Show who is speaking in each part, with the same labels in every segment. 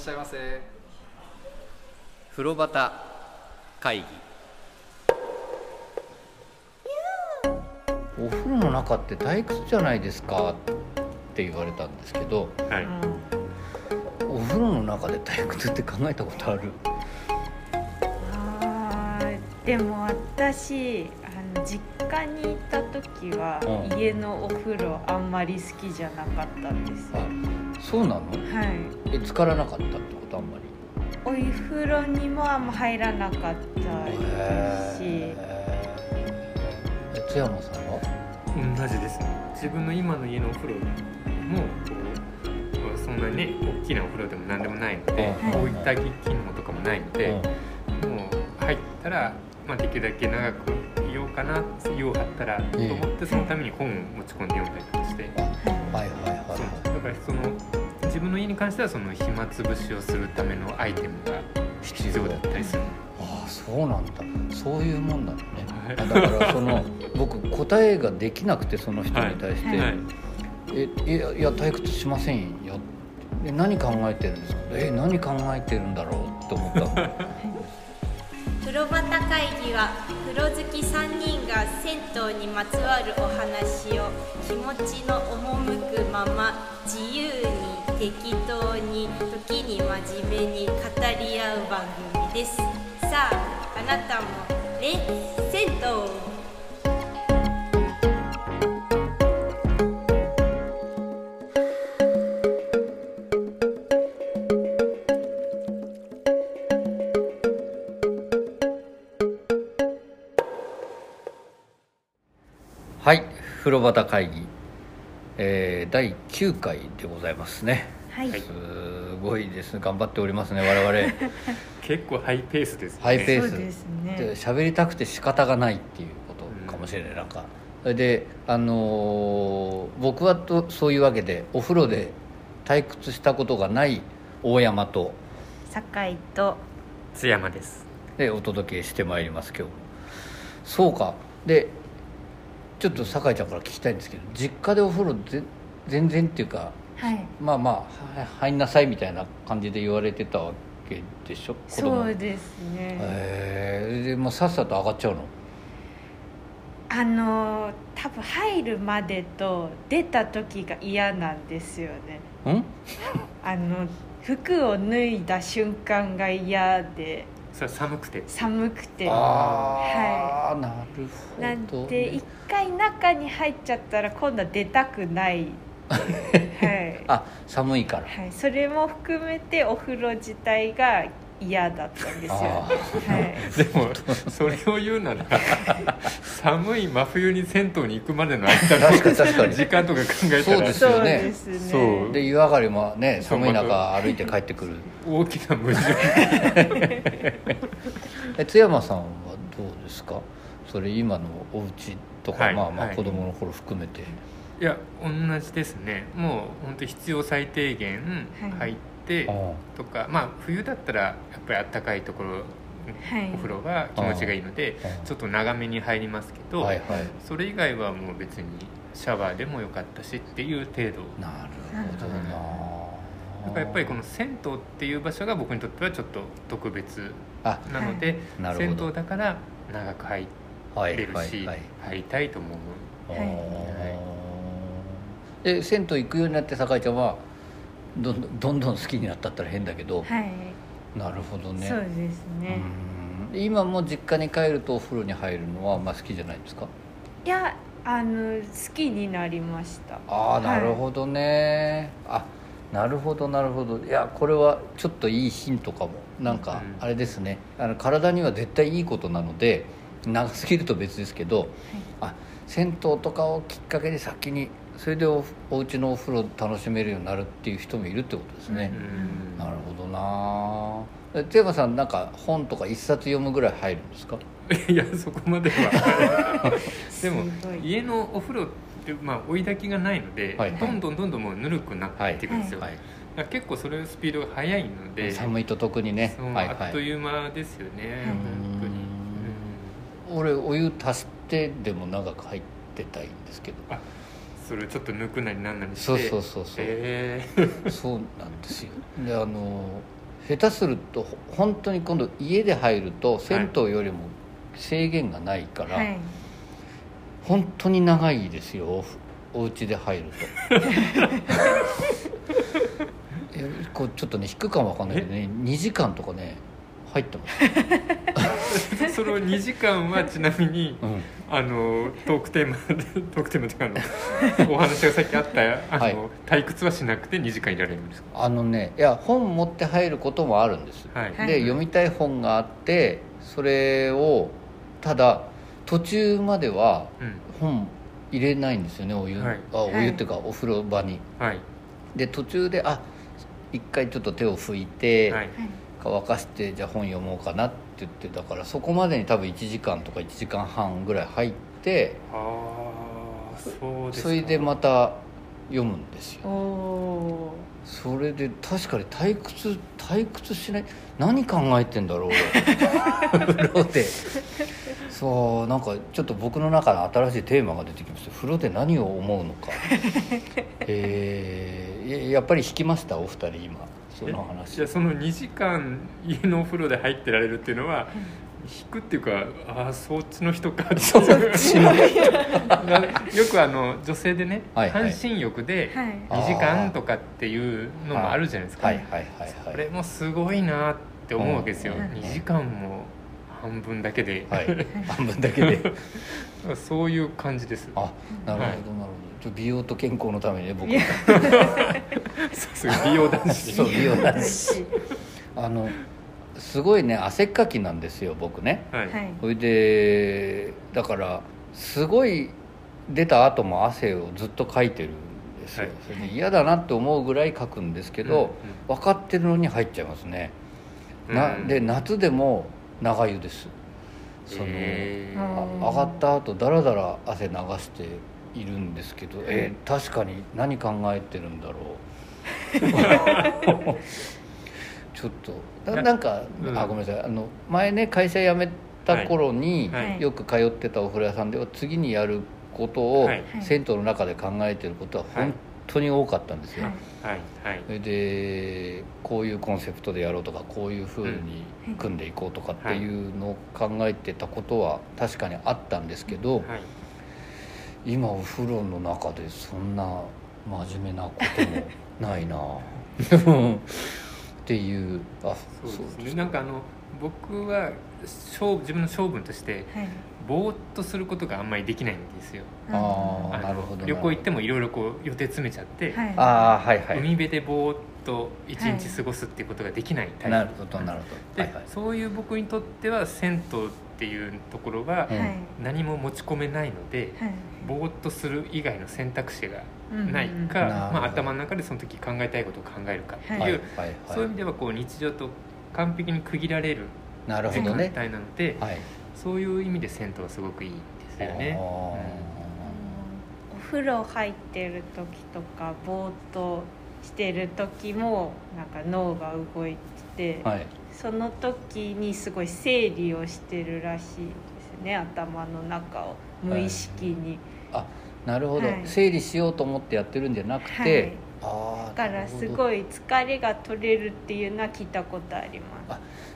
Speaker 1: しゃいませ。
Speaker 2: 風呂端会議。お風呂の中って退屈じゃないですかって言われたんですけど、
Speaker 3: はい、
Speaker 2: お風呂の中で退屈って考えたことある？
Speaker 4: でも私実家にいた時は、家のお風呂あんまり好きじゃなかったんですよ。
Speaker 2: そうなの？
Speaker 4: はい。
Speaker 2: 浸からなかったってこと？あんまり
Speaker 4: お湯風呂にもあんま入らなかったですし。
Speaker 2: 津山さんは？
Speaker 3: 同じですね。自分の今の家のお風呂もそんなにね大きなお風呂でも何でもないので、こういった機能とかもないので、もう入ったら、できるだけ長くいようかな、湯を張ったらと思って、そのために本を持ち込んで読んだりとかして、だから自分の家に関してはその暇つぶしをするためのアイテムが必要だったりする。
Speaker 2: そうなんだ。そういうもんなのね。だから僕答えができなくて、その人に対して、いや退屈しませんよ。何考えてるんですか？何考えてるんだろうって思ったの。
Speaker 5: 風呂端会議は風呂好き3人が銭湯にまつわるお話を気持ちの赴くまま自由に適当に時に真面目に語り合う番組です。さあ、あなたもレッ銭湯。
Speaker 2: はい、風呂端会議、第9回でございますね。
Speaker 4: はい、
Speaker 2: すごいですね。頑張っておりますね、我々。
Speaker 3: 結構ハイペースですね。
Speaker 2: ハイペース。
Speaker 4: そうですね。
Speaker 2: で喋りたくて仕方がないっていうことかもしれない。なんかそれで僕はそういうわけでお風呂で退屈したことがない大山と
Speaker 4: 酒井と
Speaker 3: 津山です
Speaker 2: でお届けしてまいります。今日もそうか。でちょっと酒井ちゃんから聞きたいんですけど、実家でお風呂全然っていうか、入んなさいみたいな感じで言われてたわけでしょ、子供。
Speaker 4: そうですね。
Speaker 2: でもうさっさと上がっちゃうの？
Speaker 4: 多分入るまでと出た時が嫌なんですよね。服を脱いだ瞬間が嫌で。
Speaker 3: それ寒くて
Speaker 2: はい、なるほど、ね、
Speaker 4: なんで一回中に入っちゃったら今度は出たくない。はい、
Speaker 2: 寒いから、
Speaker 4: はい、それも含めてお風呂自体が嫌だったんですよ、
Speaker 3: でもそれを言うなら寒い真冬に銭湯に行くまでの間の時間とか考えたら
Speaker 2: そうですよね。
Speaker 4: そうですね。
Speaker 2: で湯上がりもね、寒い中歩いて帰ってくる
Speaker 3: 大きな矛盾。
Speaker 2: 津山さんはどうですか？それ今のお家とか、子供の頃含めて。
Speaker 3: いや同じですね。もう本当必要最低限入ってとか、冬だったらやっぱり暖かいところ、お風呂が気持ちがいいのでちょっと長めに入りますけど、それ以外はもう別にシャワーでもよかったしっていう程度。
Speaker 2: なるほどな。
Speaker 3: だからやっぱりこの銭湯っていう場所が僕にとってはちょっと特別なので、銭湯だから長く入れるし、入りたいと思う。
Speaker 2: で銭湯行くようになって酒井ちゃんはどんどん好きになったったら変だけど、なるほどね。
Speaker 4: そうですね。
Speaker 2: 今も実家に帰るとお風呂に入るのは好きじゃないですか？
Speaker 4: いや好きになりました。
Speaker 2: なるほどね。なるほど。いやこれはちょっといいヒントかも。なんかあれですね、体には絶対いいことなので、長すぎると別ですけど、銭湯とかをきっかけに先にそれでお家のお風呂楽しめるようになるっていう人もいるってことですね。なるほどな。津山さんなんか本とか一冊読むぐらい入るんですか？
Speaker 3: いやそこまでは。でも家のお風呂って追い焚きがないので、どんどんもうぬるくなっていくんですよ。結構それスピードが速いので、
Speaker 2: 寒いと特にね、
Speaker 3: あっという間ですよね。本当に。
Speaker 2: 俺お湯足してでも長く入ってたいんですけど。
Speaker 3: そそれをちょっと抜くなりなんなりして、
Speaker 2: そうなんですよ。で下手すると本当に今度家で入ると銭湯よりも制限がないから、本当に長いですよ、お家で入るとこうちょっとね引くかもわかんないけどね、2時間とかね入ってます
Speaker 3: その2時間はちなみに、トークテーマというかお話がさっきあった退屈はしなくて2時間いられるんですか？
Speaker 2: いや本持って入ることもあるんです、で読みたい本があってそれをただ途中までは本入れないんですよね、お湯っていうかお風呂場に、で途中で一回ちょっと手を拭いて、乾かしてじゃあ本読もうかなって言って、だからそこまでに多分1時間とか1時間半ぐらい入って、
Speaker 3: そうですか。
Speaker 2: それでまた読むんですよ。それで確かに退屈しない、何考えてんだろう俺風呂で。そうなんかちょっと僕の中の新しいテーマが出てきました。風呂で何を思うのかやっぱり引きましたお二人今その話。
Speaker 3: じゃあその2時間家のお風呂で入ってられるっていうのは、引くっていうかそっちの人かそっちの人よく女性でね、半身浴で2時間とかっていうのもあるじゃないですか。それもすごいなって思うわけですよ。2時間も半分だけで、
Speaker 2: 半分だけで
Speaker 3: そういう感じです。
Speaker 2: なるほどなるほど。美容と健康のためにね僕
Speaker 3: そう美容男子
Speaker 2: そう美容男子すごいね汗っかきなんですよ僕ね、それでだからすごい出た後も汗をずっとかいてるんですよ、それで嫌だなって思うぐらいかくんですけど、分かってるのに入っちゃいますね、で夏でも長湯です。上がった後だらだら汗流しているんですけど、確かに何考えてるんだろうちょっとなんかごめんなさい、前ね会社辞めた頃によく通ってたお風呂屋さんでは次にやることを銭湯の中で考えてることは本当に多かったんですよ。それでこういうコンセプトでやろうとかこういう風に組んでいこうとかっていうのを考えてたことは確かにあったんですけど、今お風呂の中でそんな真面目なこともないなっていう。
Speaker 3: そうですね。なんか僕は自分の性分として、ぼーっとすることがあんまりできないんですよ。
Speaker 2: なるほど。
Speaker 3: 旅行行ってもいろいろこう予定詰めちゃって、海辺でぼーっと一日過ごすっていうことができないタイプ。
Speaker 2: なるほどなるほ
Speaker 3: ど。で、そういう僕にとっては銭湯っていうところは何も持ち込めないので、ぼーっとする以外の選択肢がないか、頭の中でその時考えたいことを考えるかっていう、そういう意味ではこう日常と完璧に区切られる時間帯なので、そういう意味で銭湯はすごくいいですよね。
Speaker 4: お風呂入ってる時とかぼーっとしてる時もなんか脳が動いて、その時にすごい整理をしてるらしいですね、頭の中を無意識に。
Speaker 2: なるほど、整理しようと思ってやってるんじゃなくて、
Speaker 4: だからすごい疲れが取れるっていうのは聞いたことあります。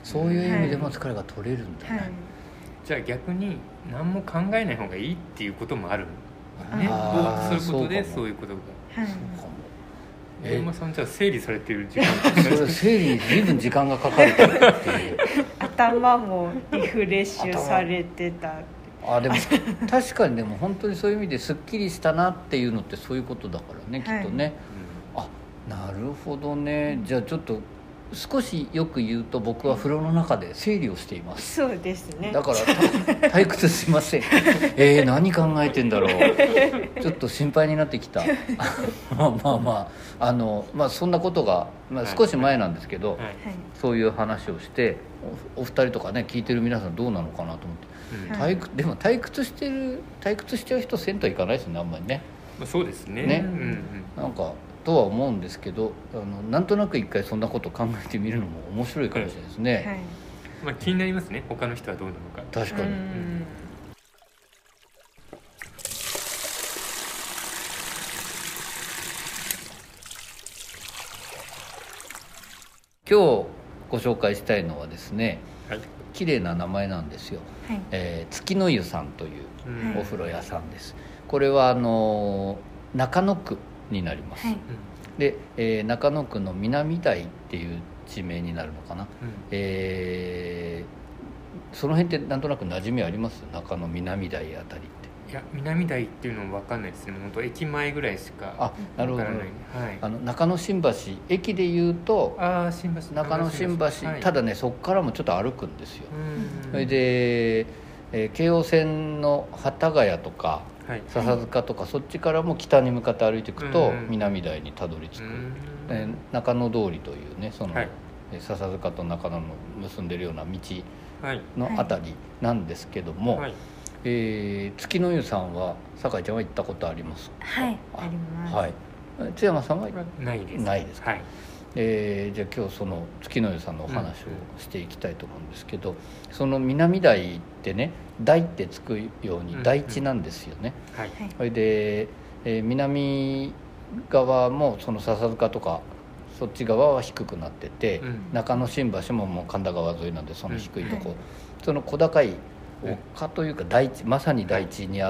Speaker 2: そういう意味でも疲れが取れるんだね。
Speaker 3: じゃあ逆に何も考えない方がいいっていうこともあるね。ぼーっとすることでそういうことが。そうかも。大山さんじゃあ整理されてる時間
Speaker 2: それ整理に随分時間がかかるっていう
Speaker 4: 頭もリフレッシュされてた。
Speaker 2: でも確かにでも本当にそういう意味ですっきりしたなっていうのってそういうことだからね、きっとね、なるほどね。じゃあちょっと少しよく言うと僕は風呂の中で整理をしています。
Speaker 4: そうですね。
Speaker 2: だから退屈しません何考えてんだろうちょっと心配になってきたそんなことが、少し前なんですけど、そういう話をしてお二人とかね聞いてる皆さんどうなのかなと思って、でも退屈しちゃう人銭湯行かないですねあんまりね。
Speaker 3: そうですね。
Speaker 2: なんかとは思うんですけど、なんとなく一回そんなこと考えてみるのも面白いかもしれないですね。
Speaker 3: 気になりますね、他の人はどうなのか。
Speaker 2: 確かに。 今日ご紹介したいのはですね、
Speaker 3: はい、
Speaker 2: 綺麗な名前なんですよ、
Speaker 4: はい、
Speaker 2: 月の湯さんというお風呂屋さんです。これは中野区になります、はい、で、中野区の南台っていう地名になるのかな、その辺ってなんとなく馴染みあります？中野南台あたりって。
Speaker 3: いや、南台っていうのは分かんないですね。本当駅前ぐらいしか
Speaker 2: なるほど、
Speaker 3: はい、
Speaker 2: 中野新橋駅でいうと
Speaker 3: 新橋
Speaker 2: 中野新橋、はい、ただねそこからもちょっと歩くんですよ。それで、京王線の幡ヶ谷とか、はい、笹塚とかそっちからも北に向かって歩いていくと南台にたどり着く、中野通りというねその、はい、笹塚と中野の結んでるような道のあたりなんですけども、はい、月の湯さんは酒井ちゃんは行ったことありますか？
Speaker 4: はい、あります。
Speaker 2: はい、津山さんは
Speaker 3: ないです。
Speaker 2: ないですか？
Speaker 3: はい、
Speaker 2: じゃあ今日その月の湯さんのお話をしていきたいと思うんですけど、その南台ってね、台ってつくように台地なんですよね。はい、それで、南側もその笹塚とかそっち側は低くなってて、中野新橋ももう神田川沿いなんでその低いとこ、その小高い丘というか台地、まさに台地にあって、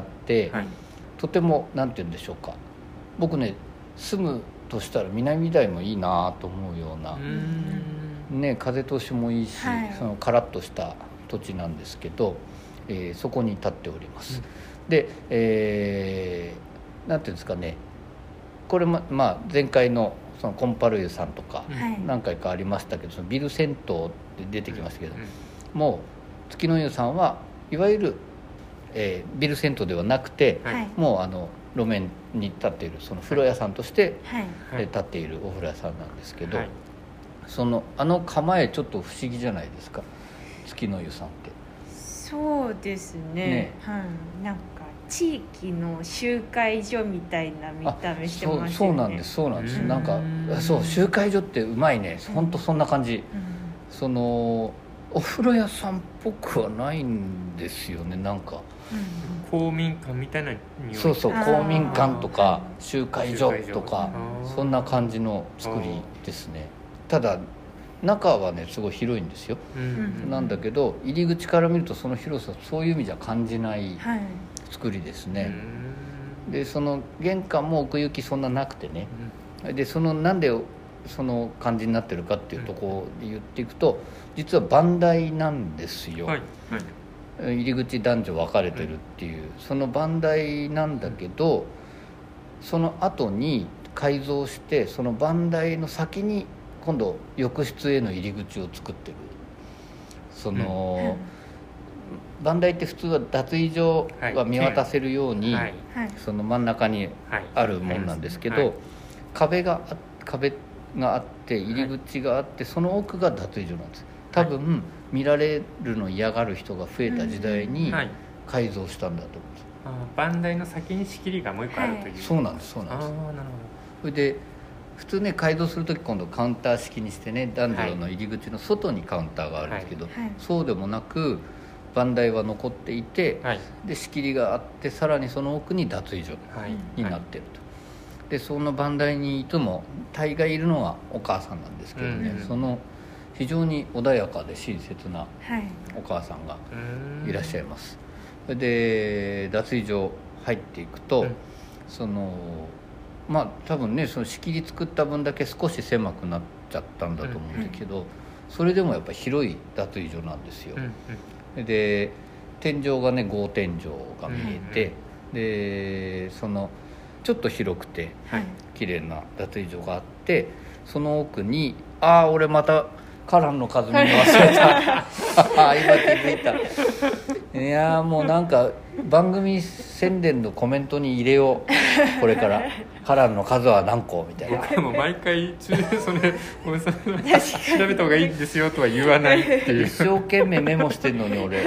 Speaker 2: はい、とてもなんて言うんでしょうか、僕ね住むとしたら南台もいいなと思うような、ね、風通しもいいし、はい、そのカラッとした土地なんですけど、そこに立っております、で、なんていうんですかね、これまあ前回のそのコンパル湯さんとか何回かありましたけど、そのビル銭湯って出てきましたけど、もう月の湯さんはいわゆる、ビル銭湯ではなくて、はい、もう路面に立っているその風呂屋さんとして、はい、立っているお風呂屋さんなんですけど、はい、その構えちょっと不思議じゃないですか、月の湯さんって。
Speaker 4: そうです ね、はい、なんか地域の集会所みたいな見た目してますよね。
Speaker 2: そうなんです、そうなんです。なんかそう集会所ってうまいね、本当そんな感じ、そのお風呂屋さんっぽくはないんですよね、なんか、
Speaker 3: 公民館みたいな匂い。
Speaker 2: そうそう、公民館とか集会所とかそんな感じの作りですね。ただ中はねすごい広いんですよ、なんだけど入り口から見るとその広さそういう意味じゃ感じない作りですね、でその玄関も奥行きそんななくてね、でそのなんでその感じになってるかっていうところで言っていくと、実は番台なんですよ、はいはい、入り口男女分かれてるっていう、その番台なんだけど、その後に改造してその番台の先に今度浴室への入り口を作ってる。その、番台って普通は脱衣所は見渡せるように、その真ん中にあるもんなんですけど、壁があって入り口があって、その奥が脱衣所なんです。多分見られるの嫌がる人が増えた時代に改造したんだと思うんです。
Speaker 3: 番台の先に仕切りがもう一個あるという、
Speaker 2: そうなんです、そうなんです。それで普通ね改造するとき今度カウンター式にしてね、男女の入り口の外にカウンターがあるんですけど、そうでもなく番台は残っていて、で仕切りがあって、さらにその奥に脱衣所になってると、でその番台にいつも大概いるのはお母さんなんですけどね、その非常に穏やかで親切なお母さんがいらっしゃいます。で脱衣所入っていくと、そのまあ多分ねその仕切り作った分だけ少し狭くなっちゃったんだと思うんだけど、それでもやっぱり広い脱衣所なんですよ。で天井がね格天井が見えて、でそのちょっと広くて綺麗な脱衣所があって、その奥に俺またカランの数見忘れた今気づいた。いやもうなんか番組宣伝のコメントに入れよう、これからカランの数は何個みたいな。
Speaker 3: 僕も毎回それごめんなさい調べた方がいいんですよとは言わないっていう、
Speaker 2: 一生懸命メモしてんのに俺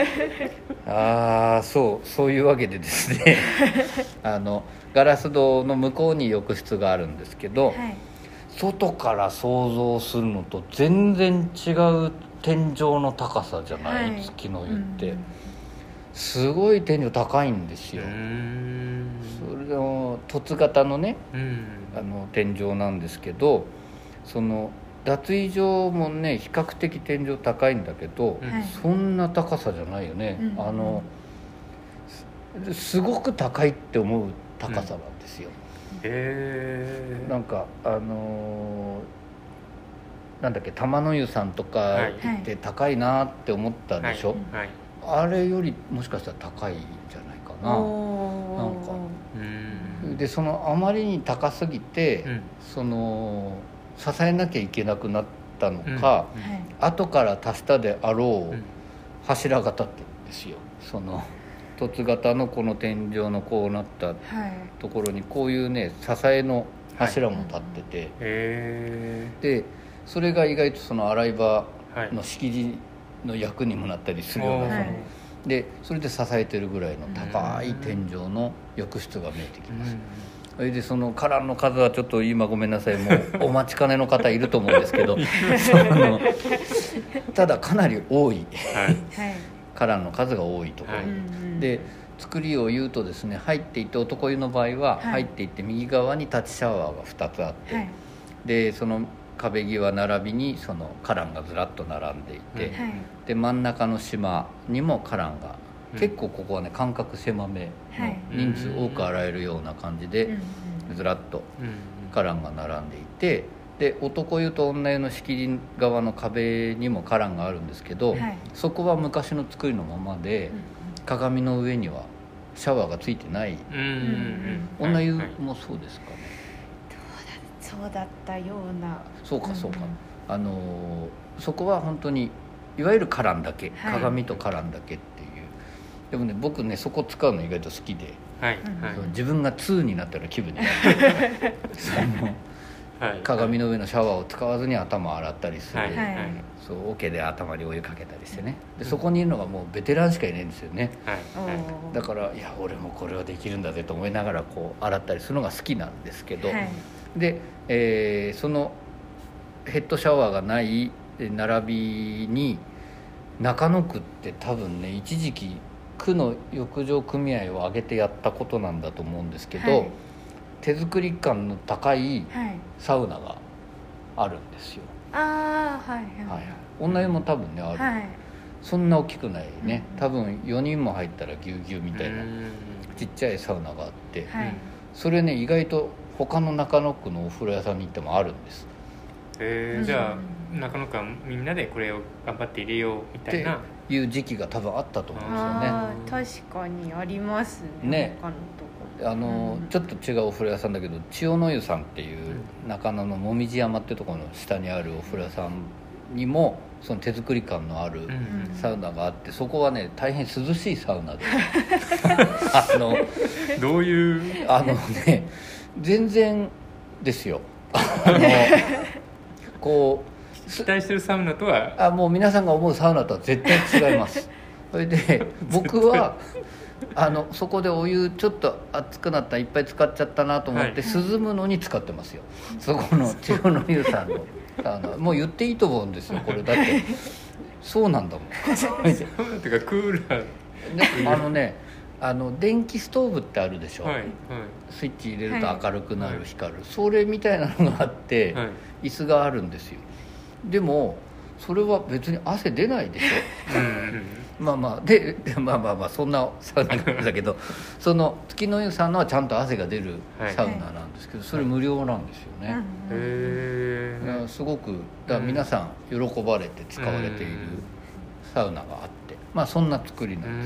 Speaker 2: そういうわけでですねガラス戸の向こうに浴室があるんですけど、外から想像するのと全然違う天井の高さじゃない、月の湯って、すごい天井高いんですよ。それで凸型のね、天井なんですけど、その脱衣所もね比較的天井高いんだけど、そんな高さじゃないよね、すごく高いって思う高さなんですよ、なんかなんだっけ玉の湯さんとか行って高いなって思ったでしょ、あれよりもしかしたら高いんじゃないかな、なんかでそのあまりに高すぎて、その支えなきゃいけなくなったのか、後から足したであろう柱が立ってるんですよ。その凸型のこの天井のこうなったところにこういうね支えの柱も立ってて、でそれが意外とその洗い場の仕切りの役にもなったりするような、でそれで支えてるぐらいの高い天井の浴室が見えてきます。それでその花壇の数はちょっと今ごめんなさい、もうお待ちかねの方いると思うんですけどただかなり多い花壇の数が多いところ、で作りを言うとですね、入っていって男湯の場合は入っていって右側に立ちシャワーが2つあって、でその壁際並びにその花壇がずらっと並んでいて、で真ん中の島にも花壇が、結構ここはね間隔狭めの人数多く洗えるような感じでずらっと花壇が並んでいて、で男湯と女湯の仕切り側の壁にも花壇があるんですけど、そこは昔の作りのままで鏡の上にはシャワーがついてない、女湯もそうですかね。
Speaker 4: そうだったような。
Speaker 2: そうかそうか、そこは本当にいわゆる花壇だけ、鏡と花壇だけっていう。でもね僕ねそこ使うの意外と好きで、自分が2になったような気分になるその鏡の上のシャワーを使わずに頭を洗ったりする、そう桶で頭にお湯かけたりしてね、でそこにいるのがもうベテランしかいないんですよね、だからいや俺もこれはできるんだぜと思いながらこう洗ったりするのが好きなんですけど、で、そのヘッドシャワーがない並びに中野区って多分ね一時期区の浴場組合を挙げてやったことなんだと思うんですけど、手作り感の高いサウナがあるんですよ。女湯も多分ねある、そんな大きくないね、多分4人も入ったらぎゅうぎゅうみたいなちっちゃいサウナがあって、それね意外と他の中野区のお風呂屋さんに行ってもあるんです。
Speaker 3: じゃあ中野区はみんなでこれを頑張って入れようみたいな
Speaker 2: っていう時期が多分あったと思うんですよね。
Speaker 4: 確かにありますね。他のとこ
Speaker 2: ちょっと違うお風呂屋さんだけど千代の湯さんっていう中野のもみじ山っていうところの下にあるお風呂屋さんにもその手作り感のあるサウナがあって、そこはね大変涼しいサウナで
Speaker 3: どういう
Speaker 2: ね全然ですよこう
Speaker 3: 期待してるサウナとは
Speaker 2: もう皆さんが思うサウナとは絶対違いますそれで僕はそこでお湯ちょっと熱くなったらいっぱい使っちゃったなと思って、涼むのに使ってますよ、そこの千代の湯さんのサウナもう言っていいと思うんですよこれだってそうなんだもん
Speaker 3: サウナっていうかクーラ
Speaker 2: ー電気ストーブってあるでしょ、スイッチ入れると明るくなる、光る、それみたいなのがあって、椅子があるんですよ。でもそれは別に汗出ないでしょまあそんなサウナなんだけどその月の湯さんのはちゃんと汗が出るサウナなんですけど、それ無料なんですよね、すごくだから皆さん喜ばれて使われているサウナがあって、そんな作りなんです。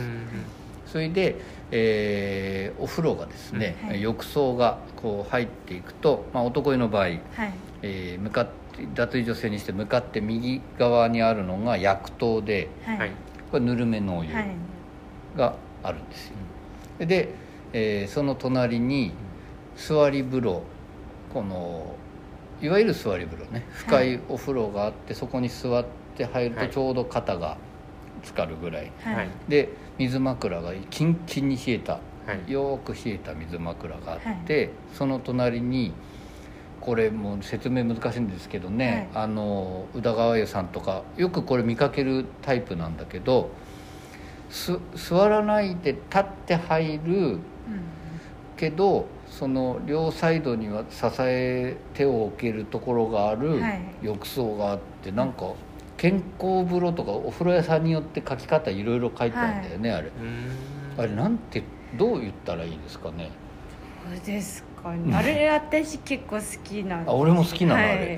Speaker 2: それで、お風呂がですね、浴槽がこう入っていくと、男湯の場合、向かって脱衣所線にして向かって右側にあるのが薬湯で、これぬるめのお湯があるんですよ。で、その隣に座り風呂、このいわゆる座り風呂ね、深いお風呂があって、そこに座って入るとちょうど肩が浸かるぐらい、で水枕がキンキンに冷えた、よく冷えた水枕があって、その隣にこれもう説明難しいんですけどね、宇田川湯さんとかよくこれ見かけるタイプなんだけど、座らないで立って入る、 けどその両サイドには支え手を置けるところがある浴槽があって、なんか健康風呂とかお風呂屋さんによって書き方いろいろ書いてあるんだよね、あれなんてどう言ったらいいですかね。
Speaker 4: そうですかね、あれ私結構好きなんです。
Speaker 2: 俺も好きなの、あれ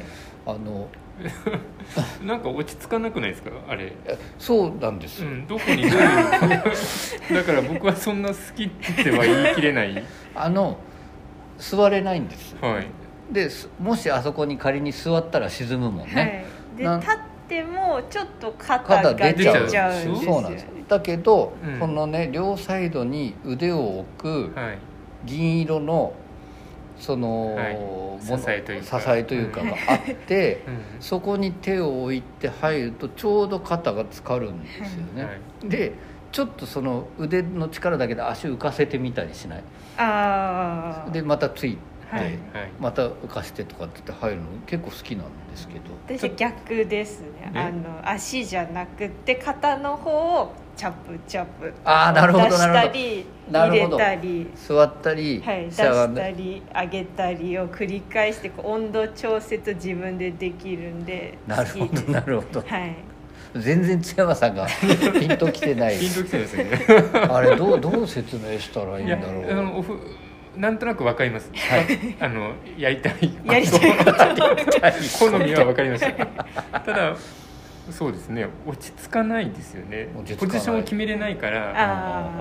Speaker 3: なんか落ち着かなくないですかあれ。
Speaker 2: そうなんですよ、
Speaker 3: どこにどういうだから僕はそんな好きっては言い切れない
Speaker 2: 座れないんです、
Speaker 3: はい、
Speaker 2: でもしあそこに仮に座ったら沈むもんね、
Speaker 4: で立ってもちょっと肩が出ちゃうんですよ。
Speaker 2: そうなんですよ。だけど、このね両サイドに腕を置く銀色のその、支えというかがあって、そこに手を置いて入るとちょうど肩が浸かるんですよね、でちょっとその腕の力だけで足浮かせてみたりしない？でまたついて、また浮かしてとかって入るの結構好きなんですけど、
Speaker 4: 私逆ですね。足じゃなくて肩の方をチャプチャプ
Speaker 2: なるほど
Speaker 4: 出したり入れたり
Speaker 2: 座ったり、
Speaker 4: 出したり上げたりを繰り返して温度調節自分でできるんで好きです。
Speaker 2: なるほど、全然津山さんがピンときてない
Speaker 3: ピンときてないですよね
Speaker 2: あれどう説明したらいいんだろう。
Speaker 3: なんとなくわかります、やりたい
Speaker 4: 好
Speaker 3: みはわかりましたただそうですね、落ち着かないですよね。ポジションを決めれないから、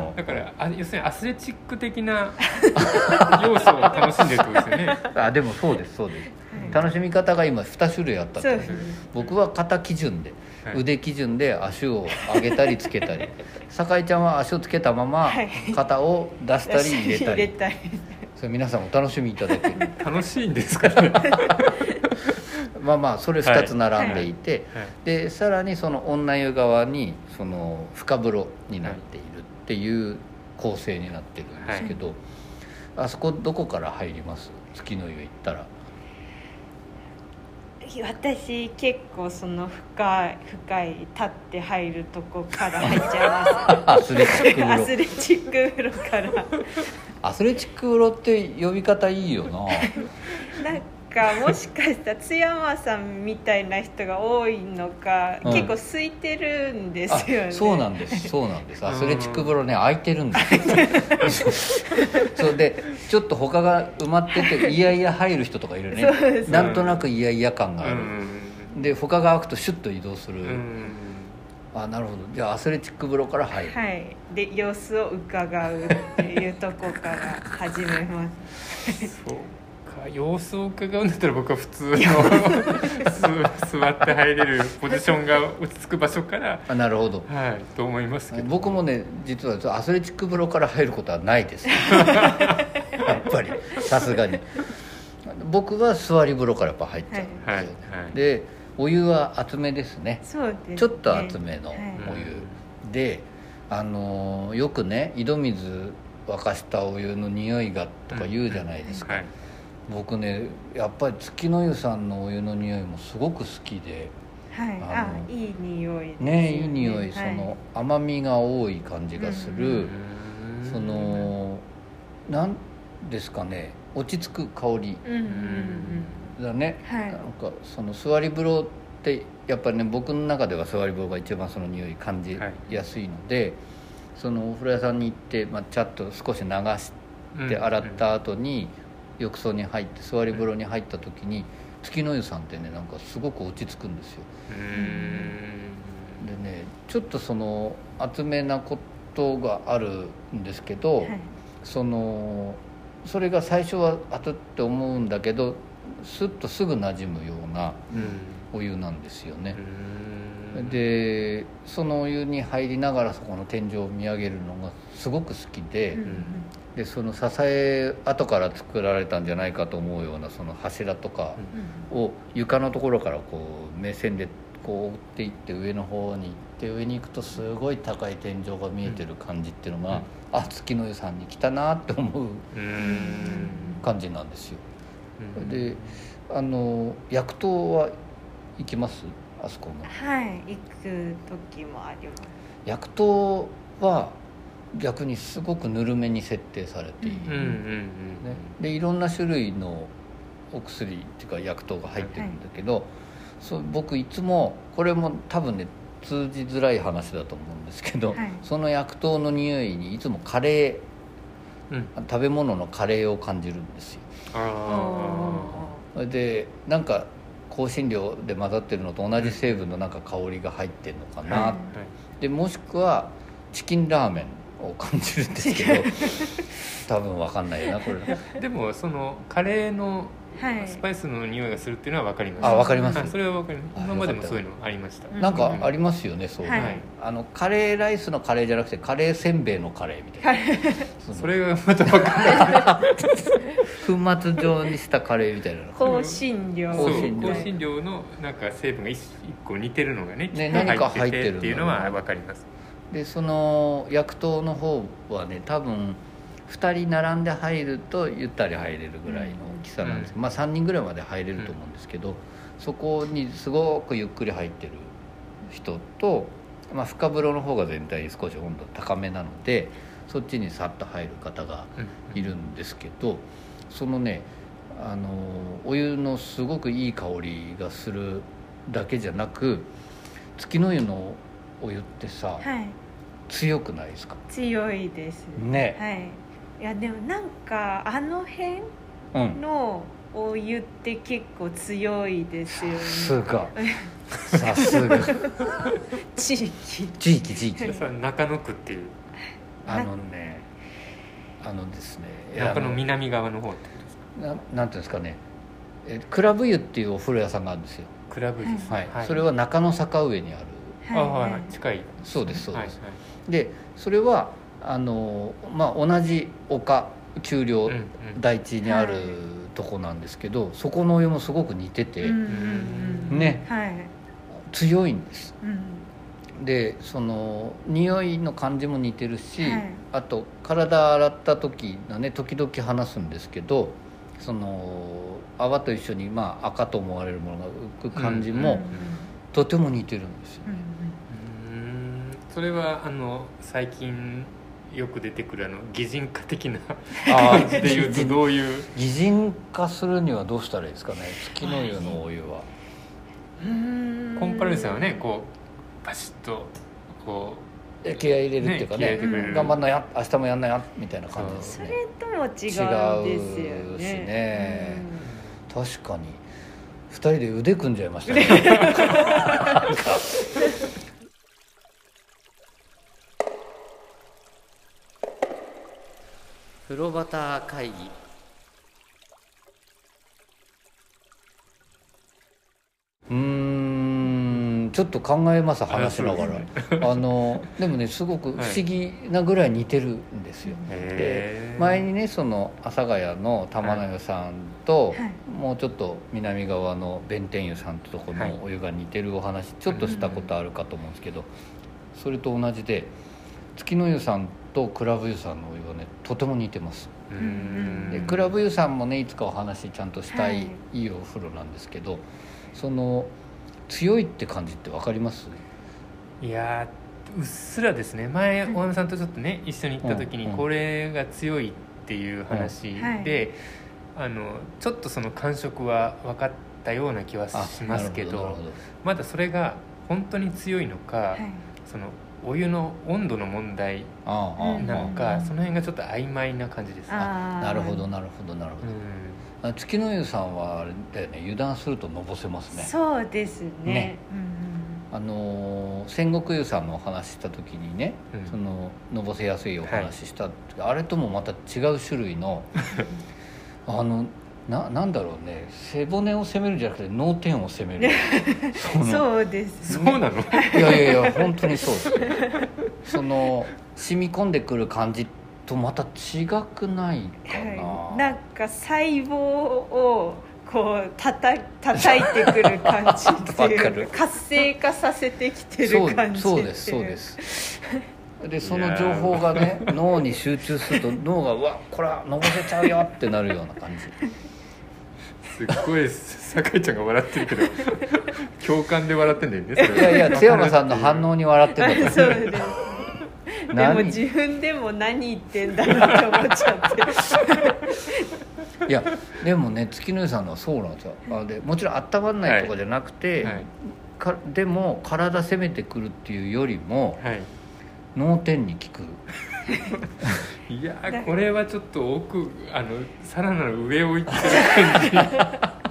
Speaker 3: だから要するにアスレチック的な要素を楽しんでるってことですよね
Speaker 2: でもそうです、楽しみ方が今2種類あったってことです。僕は肩基準で、腕基準で足を上げたりつけたり酒井ちゃんは足をつけたまま肩を出したり入れたりそれ皆さんお楽しみいただける
Speaker 3: 楽しいんですかね
Speaker 2: それ2つ並んでいて、でさらにその女湯側にその深風呂になっているっていう構成になってるんですけど、あそこどこから入ります？月の湯行ったら。
Speaker 4: 私結構その深い立って入るとこから入っちゃいます、
Speaker 2: アスレチック風呂
Speaker 4: アスレチック風呂から
Speaker 2: アスレチック風呂って呼び方いいよな
Speaker 4: なんかもしかしたら津山さんみたいな人が多いのか、結構空いてるんですよね。
Speaker 2: そうなんですアスレチック風呂ね空いてるんですそれでちょっと他が埋まってていやいや入る人とかいるねなんとなくいやいや感がある、で他が空くとシュッと移動する、なるほど。じゃあアスレチック風呂から入る、
Speaker 4: で様子を伺うっていうとこから始めます
Speaker 3: そうか、様子を伺うんだったら僕は普通の座って入れるポジションが落ち着く場所から
Speaker 2: なるほど、
Speaker 3: と思いますけど、
Speaker 2: 僕もね実はアスレチック風呂から入ることはないですやっぱりさすがに僕は座り風呂からやっぱ入っちゃうんですよ、でお湯は厚めですね。
Speaker 4: そうですね、
Speaker 2: ちょっと厚めのお湯、でよくね井戸水沸かしたお湯の匂いがとか言うじゃないですか、僕ねやっぱり月の湯さんのお湯の匂いもすごく好きで、
Speaker 4: いい匂いです
Speaker 2: ね、いい匂い、その甘みが多い感じがする、そのなんですかね、落ち着く香りだね、なんかその座り風呂ってやっぱりね僕の中では座り風呂が一番その匂い感じやすいので、そのお風呂屋さんに行って、ちゃっと少し流して洗った後に浴槽に入って座り風呂に入った時に月の湯さんってねなんかすごく落ち着くんですよ。でねちょっとその厚めなことがあるんですけど、それが最初は後って思うんだけどスッとすぐ馴染むようなお湯なんですよね。でそのお湯に入りながらそこの天井を見上げるのがすごく好きで、でその支え後から作られたんじゃないかと思うようなその柱とかを床のところからこう目線でこう追っていって上の方に行って上に行くとすごい高い天井が見えてる感じっていうのが、月の湯さんに来たなって思う感じなんですよ。で薬湯は行きます？あそこの。
Speaker 4: 行く時もあります。
Speaker 2: 薬湯は逆にすごくぬるめに設定されている、
Speaker 3: うんうんうん
Speaker 2: ね、でいろんな種類のお薬っていうか薬湯が入ってるんだけど、そう僕いつもこれも多分ね通じづらい話だと思うんですけど、その薬湯の匂いにいつもカレー、食べ物のカレーを感じるんですよ。でなんか香辛料で混ざってるのと同じ成分のなんか香りが入ってるのかな、でもしくはチキンラーメンを感じるんですけど多分分かんないよなこれ。
Speaker 3: でもそのカレーのスパイスの匂いがするっていうのは分かります。
Speaker 2: あ、分かります。
Speaker 3: それは分かります。今までもそういうのありました。
Speaker 2: なんかありますよね、そういうの。カレーライスのカレーじゃなくてカレーせんべいのカレーみたいな。
Speaker 3: それがまた分かんない。
Speaker 2: 粉末状にしたカレーみたいな。
Speaker 4: 香辛料。
Speaker 3: 香辛料のなんか成分が一個似てるのがね、
Speaker 2: 何か入ってる
Speaker 3: っていうのは分かります。
Speaker 2: でその薬湯の方はね、多分2人並んで入るとゆったり入れるぐらいの大きさなんですけど、まあ3人ぐらいまで入れると思うんですけど、そこにすごくゆっくり入ってる人と、まあ、深風呂の方が全体に少し温度高めなのでそっちにさっと入る方がいるんですけど、そのねお湯のすごくいい香りがするだけじゃなく、月の湯のお湯ってさ、強くないですか？
Speaker 4: 強いです
Speaker 2: ね。
Speaker 4: いやでもなんかあの辺のお湯って結構強いですよね。
Speaker 2: さすが
Speaker 4: 地域
Speaker 3: それ中野区っていう
Speaker 2: ですね、
Speaker 3: 中野南側の方ってことですか？
Speaker 2: なんていうんですかね、クラブ湯っていうお風呂屋さんがあるんですよ。
Speaker 3: クラブ湯、
Speaker 2: それは中野坂上にある。
Speaker 3: 近い。
Speaker 2: そうです。でそれはまあ、同じ丘丘陵台地にあるとこなんですけど、そこのお湯もすごく似ててね、強いんです。でその匂いの感じも似てるし、あと体洗った時のね時々話すんですけど、その泡と一緒に、まあ、赤と思われるものが浮く感じもとても似てるんですよね。
Speaker 3: それは最近よく出てくる擬人化的な感じでいうとどういう
Speaker 2: 擬人化するにはどうしたらいいですかね、月の湯のお湯は。
Speaker 3: コンパルさんはねこうパシッとこう
Speaker 2: 気合い入れるっていうかね、頑張んなや明日もやんなやみたいな感じですね。
Speaker 4: それとも違うんですよ
Speaker 2: ね。確かに2人で腕組んじゃいましたね風呂旗会議。ちょっと考えます、話しながら。でもねすごく不思議なぐらい似てるんですよ。で前にねその阿佐ヶ谷の玉の湯さんと、もうちょっと南側の弁天湯さんってところのお湯が似てるお話ちょっとしたことあるかと思うんですけど、それと同じで月の湯さんとクラブ湯さんのお湯はねとても似てます。でクラブ湯さんもねいつかお話ちゃんとしたい、いいお風呂なんですけど、その強いって感じって分かります？
Speaker 3: いやうっすらですね。前大山さんとちょっとね一緒に行った時にこれが強いっていう話で、ちょっとその感触は分かったような気はしますけど、まだそれが本当に強いのか、そのお湯の温度の問題なのか、その辺がちょっと曖昧な感じです。
Speaker 2: なるほど。月の湯さんはあれだよね、油断するとのぼせますね。
Speaker 4: そうですね。
Speaker 2: 戦国湯さんのお話した時にね、そののぼせやすいお話した、あれともまた違う種類のなんだろうね、背骨を攻めるんじゃなくて脳天を攻める
Speaker 4: そうです
Speaker 3: ね。そうなの？
Speaker 2: いや本当にそうですその染み込んでくる感じとまた違くないかな、
Speaker 4: なんか細胞をこう叩いてくる感じっていう活性化させてきてる感じ。
Speaker 2: そうですでその情報がね脳に集中すると脳がうわこれはのぼせちゃうよってなるような感じ。
Speaker 3: すっごい酒井ちゃんが笑ってるけど共感で笑ってんだよね。それ
Speaker 2: いや津山さんの反応に笑ってるんだ
Speaker 4: そうですでも自分でも何言ってんだろうって思っちゃって
Speaker 2: いやでもね月の湯さんのはそうなんですよ。でもちろん温まんないとかじゃなくて、はいはい、でも体攻めてくるっていうよりも、はい、脳天に効く
Speaker 3: いやこれはちょっと奥さらなる上を行ってる感じ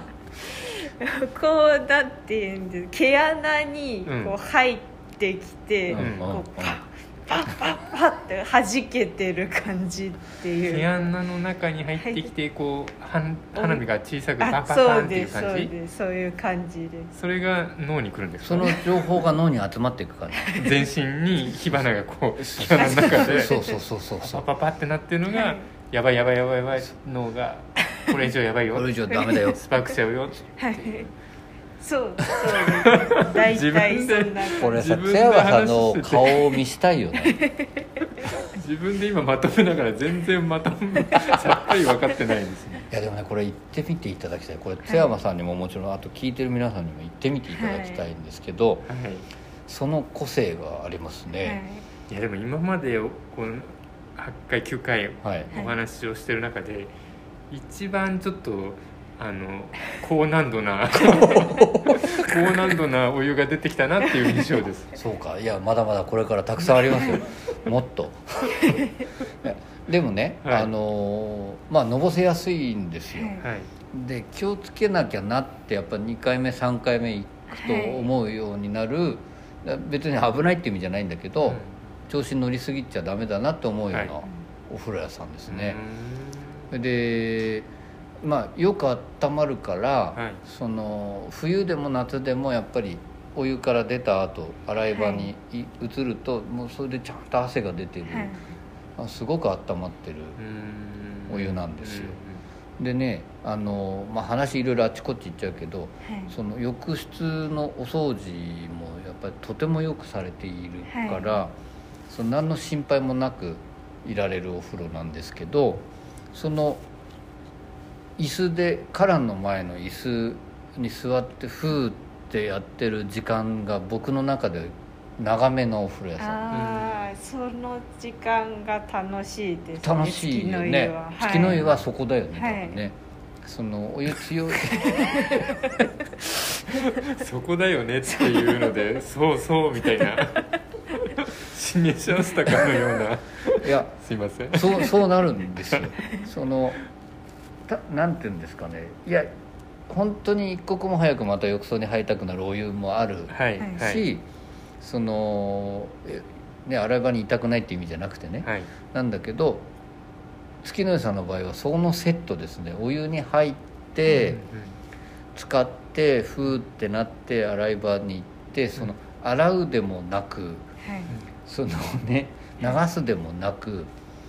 Speaker 4: こうだっていうんです毛穴にこう入ってきて、こうパッパッパッパッって弾けてる感じっていう
Speaker 3: 毛穴の中に入ってきてこう花火が小さくパッパッパンっていう感じ。
Speaker 4: そういう感じです。
Speaker 3: それが脳に来るんですか？
Speaker 2: その情報が脳に集まっていくから
Speaker 3: 全身に火花がこう毛穴の中で
Speaker 2: そう
Speaker 3: パッパッパッってなってるのが、やばい脳がこれ以上やばいよ
Speaker 2: これ以上ダメだよ
Speaker 3: スパークしちゃうよ
Speaker 4: はいそう大体そんな
Speaker 2: これさ津山さんの顔を見したいよね
Speaker 3: 自分で今まとめながら全然さっぱり分かってないんですね。
Speaker 2: いやでもねこれ言ってみていただきたい。これ津山さんにももちろんあと聞いてる皆さんにも言ってみていただきたいんですけど、はい、その個性がありますね、
Speaker 3: はい、いやでも今までこの8回9回お話をしてる中で、一番ちょっと高難度なお湯が出てきたなっていう印象です。
Speaker 2: そうか。いやまだまだこれからたくさんありますよもっとでもね、はい、のぼせやすいんですよ、はい、で気をつけなきゃなってやっぱ2回目3回目行くと思うようになる、はい、別に危ないって意味じゃないんだけど、調子に乗りすぎちゃダメだなって思うようなお風呂屋さんですね、でよく温まるから、はい、冬でも夏でもやっぱりお湯から出た後洗い場に移ると、もうそれでちゃんと汗が出てる、すごく温まってるお湯なんですよ。でね話いろいろあっちこっち行っちゃうけど、その浴室のお掃除もやっぱりとてもよくされているから、何の心配もなくいられるお風呂なんですけど、その椅子で花壇の前の椅子に座ってふーってやってる時間が僕の中で長めのお風呂屋さ
Speaker 4: ん。その時間が楽しいですね。
Speaker 2: 楽しいよね。月の湯はそこだよね、多分ね。そのお湯強い
Speaker 3: そこだよねっていうのでそうみたいな示し合わせたかのような。いやすいません。
Speaker 2: そうなるんですよ。なんていうんですかね。いや本当に一刻も早くまた浴槽に入りたくなるお湯もあるし、はいはい、洗い場にいたくないっていう意味じゃなくてね、はい、なんだけど月の湯さんの場合はそのセットですね。お湯に入って、使ってふーってなって洗い場に行って、洗うでもなく、流すでもなく、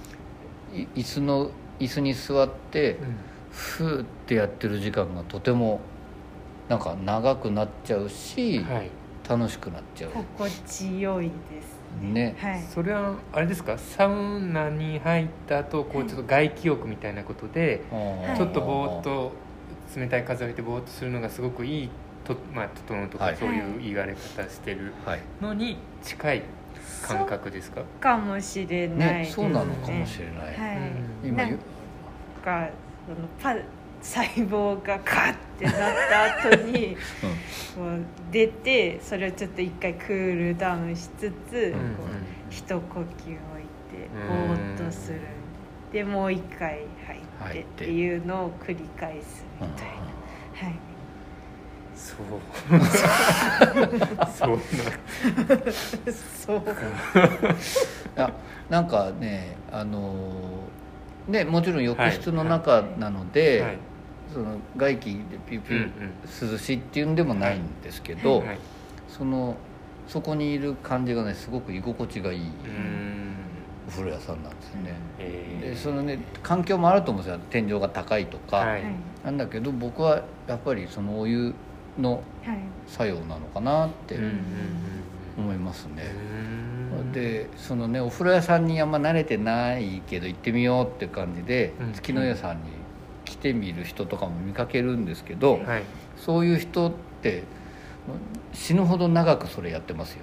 Speaker 2: 椅子に座ってふーってやってる時間がとてもなんか長くなっちゃうし、はい、楽しくなっちゃう。
Speaker 4: 心地よいです
Speaker 2: ね。
Speaker 4: はい、
Speaker 3: それはあれですか、サウナに入った後ちょっと外気浴みたいなことで、ちょっとぼーっと冷たい風を吹いてぼーっとするのがすごくいい整うとか、そういう言われ方してるのに近い感覚ですか？
Speaker 4: かもしれないですね。
Speaker 2: そうなのかもしれない、今
Speaker 4: なんか細胞がカッてなった後にこう出て、それをちょっと一回クールダウンしつつ、一呼吸置いてぼーっとする。でもう一回入ってっていうのを繰り返すみたいな。はい。
Speaker 2: そういやなんかねもちろん浴室の中なので、その外気でピュピュ涼しいっていうんでもないんですけど、そこにいる感じがねすごく居心地がいいお風呂屋さんなんですよね。で環境もあると思うんですよ。天井が高いとか、なんだけど僕はやっぱりそのお湯の作用なのかなって思いますね。でお風呂屋さんにあんま慣れてないけど行ってみようって感じで、月の湯さんに来てみる人とかも見かけるんですけど、そういう人って死ぬほど長くそれやってますよ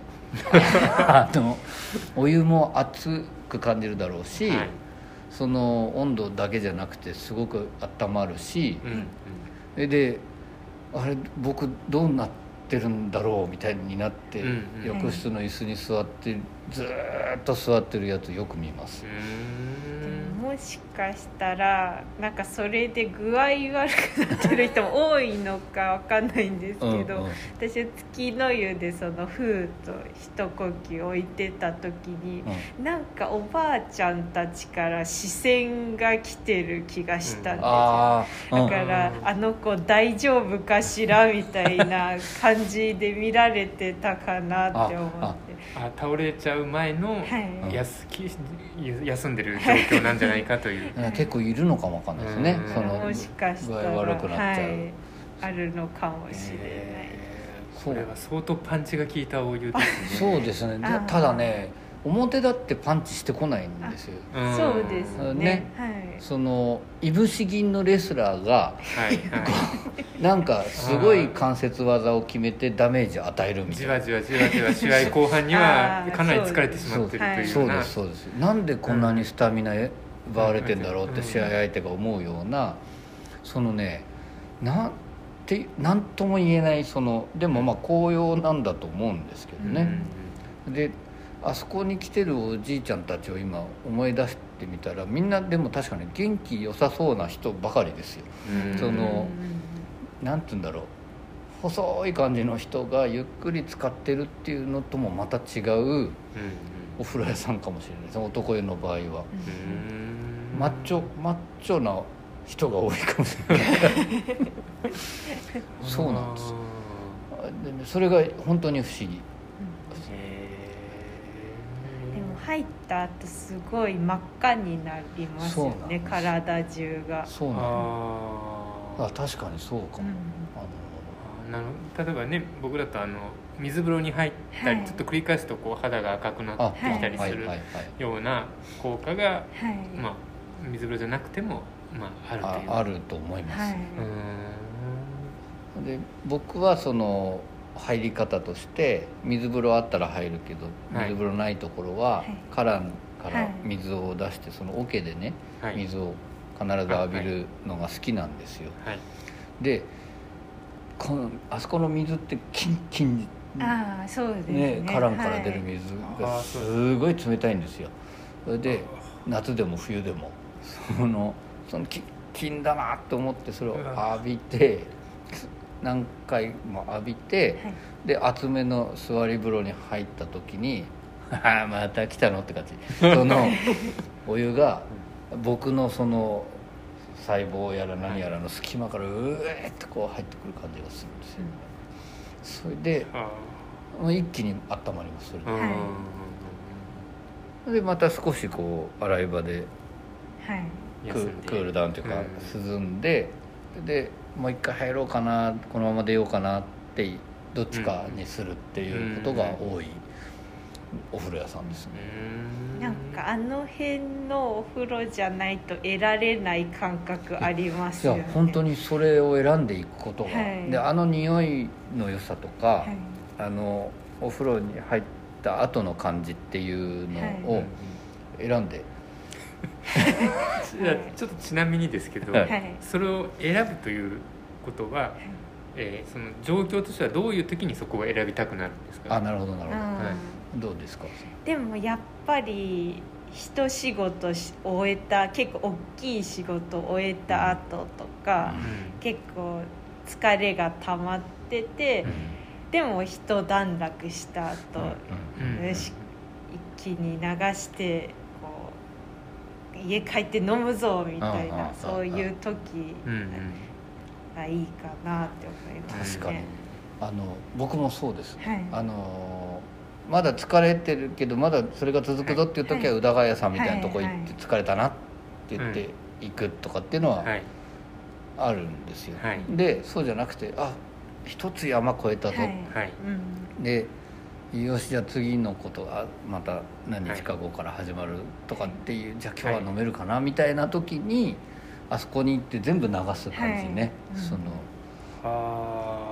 Speaker 2: お湯も熱く感じるだろうし、はい、その温度だけじゃなくてすごく温まるし、であれ僕どうなってるんだろうみたいになって、浴室の椅子に座ってずっと座ってるやつよく見ます。
Speaker 4: もしかしたらなんかそれで具合悪くなってる人も多いのかわかんないんですけど、私は月の湯でそのふーと一呼吸置いてた時に、なんかおばあちゃんたちから視線が来てる気がしたんですよ。だからあの子大丈夫かしらみたいな感じで見られてたかなって思って
Speaker 3: 倒れちゃう前の休んでる状況なんじゃないかという
Speaker 2: 結構いるのかもわかんないですね。その
Speaker 4: もしかしたら
Speaker 2: 具合悪くなっちゃう、
Speaker 4: あるのかもしれない。
Speaker 3: これは相当パンチが効いたお湯ですね。
Speaker 2: そうですね。ただね、表だってパンチしてこないんですよ。
Speaker 4: そうですね。
Speaker 2: そのいぶし銀のレスラーが、なんかすごい関節技を決めてダメージを与えるみたいな。
Speaker 3: じわじわ試合後半にはかなり疲れてしまってるというような。
Speaker 2: そうです。なんでこんなにスタミナ奪われてんだろうって試合相手が思うような、そのね、なんとも言えないその、でもまあ紅葉なんだと思うんですけどね。であそこに来てるおじいちゃんたちを今思い出してみたら、みんなでも確かに元気良さそうな人ばかりですよ。そのなんて言うんだろう、細い感じの人がゆっくり使ってるっていうのともまた違うお風呂屋さんかもしれないです、男湯の場合は。マッチョな人が多いかもしれないそうなんですで、ね、それが本当に不思議。
Speaker 4: でも入った後すごい真っ赤になりますよね、体中が。
Speaker 2: そうなんです。確かにそうかも。
Speaker 3: 例えばね、僕だと水風呂に入ったり、ちょっと繰り返すとこう肌が赤くなってきたりするような効果が、まあ、水風呂じゃなくても、まあ、
Speaker 2: あると思います。で僕はその入り方として水風呂あったら入るけど、水風呂ないところは花壇から水を出して、その桶でね、水を必ず浴びるのが好きなんですよ。であそこの水ってキンキン
Speaker 4: そうですね、
Speaker 2: 花壇から出る水がすごい冷たいんですよ。それで夏でも冬でもそのキンキンだなと思ってそれを浴びて、何回も浴びて、で厚めの座り風呂に入った時にまた来たのって感じ。そのお湯が僕のその細胞やら何やらの隙間からえっとこう入ってくる感じがするんですよね。それで一気に温まります。それでまた少しこう洗い場でクールダウンというか涼んで、でもう一回入ろうかな、このまま出ようかなってどっちかにするっていうことが多いお風呂屋さんですね。
Speaker 4: なんかあの辺のお風呂じゃないと得られない感覚ありますよね。
Speaker 2: いや本当にそれを選んでいくことが、で匂いの良さとか、お風呂に入った後の感じっていうのを選んで、
Speaker 3: ちょっとちなみにですけど、それを選ぶということは、その状況としてはどういう時にそこを選びたくなるんですか？
Speaker 2: なるほどなるほど、どうですか？
Speaker 4: でもやっぱり一仕事終えた、結構大きい仕事を終えた後とか、結構疲れが溜まってて、でも一段落した後、よし一気に流してこう家帰って飲むぞみたいな、そういう時がいいかなって思いますね。
Speaker 2: 確かに僕もそうです、まだ疲れてるけどまだそれが続くぞっていう時は宇田川屋さんみたいなとこ行って疲れたなって言って行くとかっていうのはあるんですよ。でそうじゃなくて一つ山越えたぞ、でよしじゃあ次のことがまた何日か後から始まるとかっていう、じゃあ今日は飲めるかなみたいな時にあそこに行って全部流す感じね。
Speaker 3: なるほ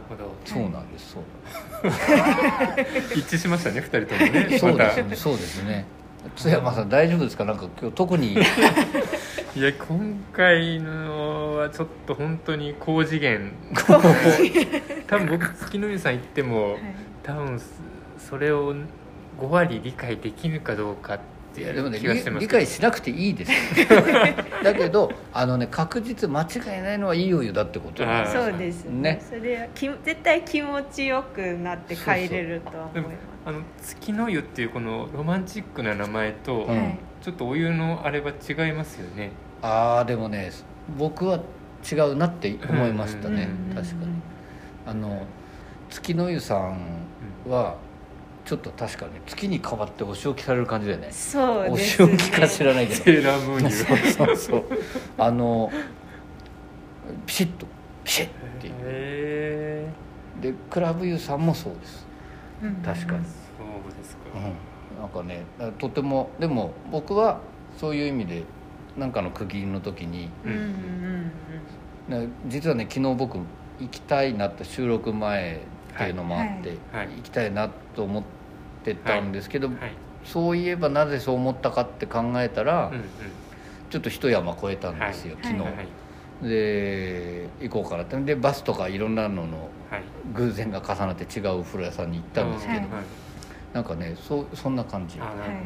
Speaker 3: ほど。
Speaker 2: そうなんです、そう
Speaker 3: 一致しましたね、2人ともね。
Speaker 2: そうですね、そうですね。津山さん大丈夫ですか？なんか今日特に
Speaker 3: いや、今回のはちょっと本当に高次元多分僕月の湯さん行っても、多分それを5割理解できるかどうかっていう気がしてます。
Speaker 2: 理解しなくていいですだけど確実間違いないのはいいお湯だってことなんです。
Speaker 4: そうですね。それは絶対気持ちよくなって帰れると思います。
Speaker 3: 月の湯っていうこのロマンチックな名前と、ちょっとお湯のあれは違いますよね。
Speaker 2: でもね、僕は違うなって思いましたね、確かに。月の湯さんはちょっと確かに月に変わってお仕置きされる感じだよね。
Speaker 4: そうですね。
Speaker 2: お仕置きか知らないけど
Speaker 3: セーラームーン湯
Speaker 2: そうピシッとピシッっていう。でクラブ湯さんもそうです、確かに。
Speaker 3: そうですか。
Speaker 2: なんかね、とてもでも僕はそういう意味でなんかの区切りの時に、実はね昨日僕行きたいなって収録前っていうのもあって、行きたいなと思ってたんですけど、そういえばなぜそう思ったかって考えたら、ちょっと一山越えたんですよ、昨日。で行こうかなってでバスとかいろんなのの偶然が重なって違うお風呂屋さんに行ったんですけど、なんかねそんな感じ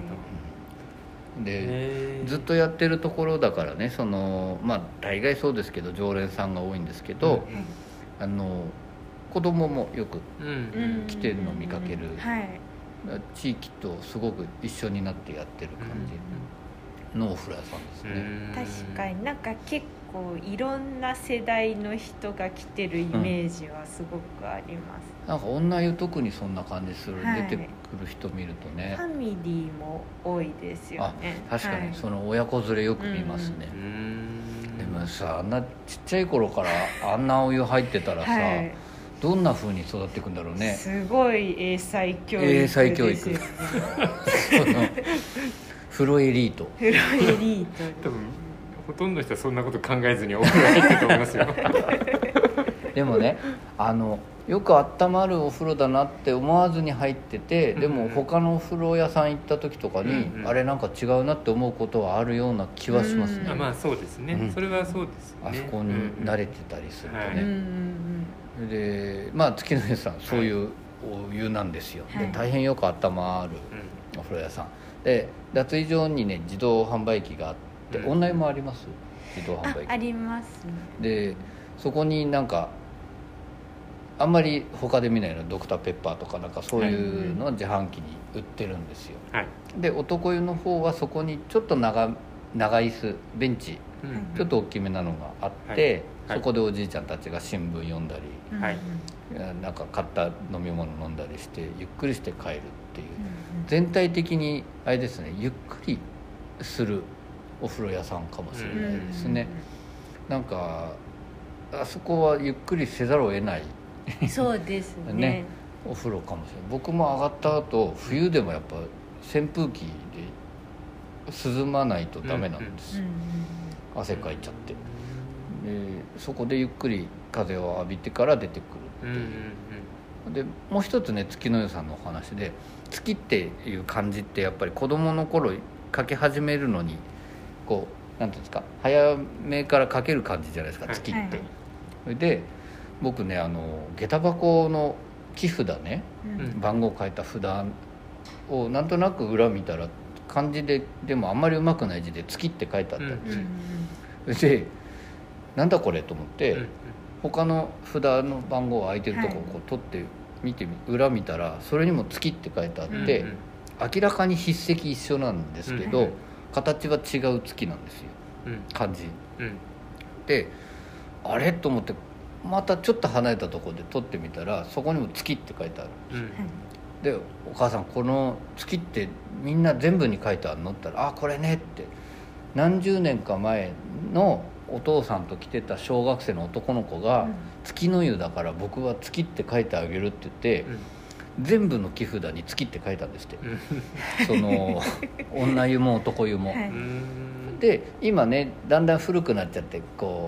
Speaker 2: で、ずっとやってるところだからね、大概そうですけど常連さんが多いんですけど、子供もよく来てるのを見かける、地域とすごく一緒になってやってる感じのお風呂屋さんですね。
Speaker 4: 確かになんか結構いろんな世代の人が来てるイメージはすごくあります、
Speaker 2: なんか女湯特にそんな感じする、出てくる人見るとね。
Speaker 4: ファミリーも多いですよね。
Speaker 2: 確かにその親子連れよく見ますね、でもさ、あんなちっちゃい頃からあんなお湯入ってたらさ、どんな風に育っていくんだろうね。
Speaker 4: すごい英才教育ですよね。英才教育
Speaker 2: 風呂エリート
Speaker 4: 風呂エリート
Speaker 3: 多分ほとんどの人はそんなこと考えずにお風呂入ってると思いますよ
Speaker 2: でもね、よく温まるお風呂だなって思わずに入ってて、でも他のお風呂屋さん行った時とかに、あれなんか違うなって思うことはあるような気はしますね。
Speaker 3: まあそうですね、それはそうですね。
Speaker 2: あそこに慣れてたりするとね、で月の湯さんそういうお湯なんですよ、で大変よく温まるお風呂屋さんで、脱衣所にね自動販売機があって、女湯もあります、自動販売機。
Speaker 4: ありますね。
Speaker 2: でそこになんかあんまり他で見ないのドクターペッパーとかなんかそういうのを自販機に売ってるんですよ、で男湯の方はそこにちょっと長椅子ベンチ、ちょっと大きめなのがあって、そこでおじいちゃんたちが新聞読んだり、なんか買った飲み物飲んだりしてゆっくりして帰るっていう、全体的にあれですね、ゆっくりするお風呂屋さんかもしれないですね、なんかあそこはゆっくりせざるを得ない
Speaker 4: そうですね
Speaker 2: お風呂かもしれない。僕も上がった後冬でもやっぱ扇風機で涼まないとダメなんです、汗かいちゃって、そこでゆっくり風を浴びてから出てくるっていう、でもう一つね月の湯さんのお話で、月っていう漢字ってやっぱり子供の頃書き始めるのにこうなんていうんですか、早めから書ける感じじゃないですか、月って、それで僕ね下駄箱の木札ね、番号書いた札をなんとなく裏見たら漢字でもあんまりうまくない字で月って書いてあったんですよ、でなんだこれと思って、他の札の番号空いてるとこをこう取って見て裏見たらそれにも月って書いてあって、明らかに筆跡一緒なんですけど、形は違う月なんですよ、漢字、であれと思ってまたちょっと離れたところで撮ってみたらそこにも月って書いてあるんですよ、でお母さんこの月ってみんな全部に書いてあるのって言ったら、あこれねって、何十年か前のお父さんと来てた小学生の男の子が、月の湯だから僕は月って書いてあげるって言って、全部の木札に月って書いたんですって、その女湯も男湯も、で今ねだんだん古くなっちゃってこう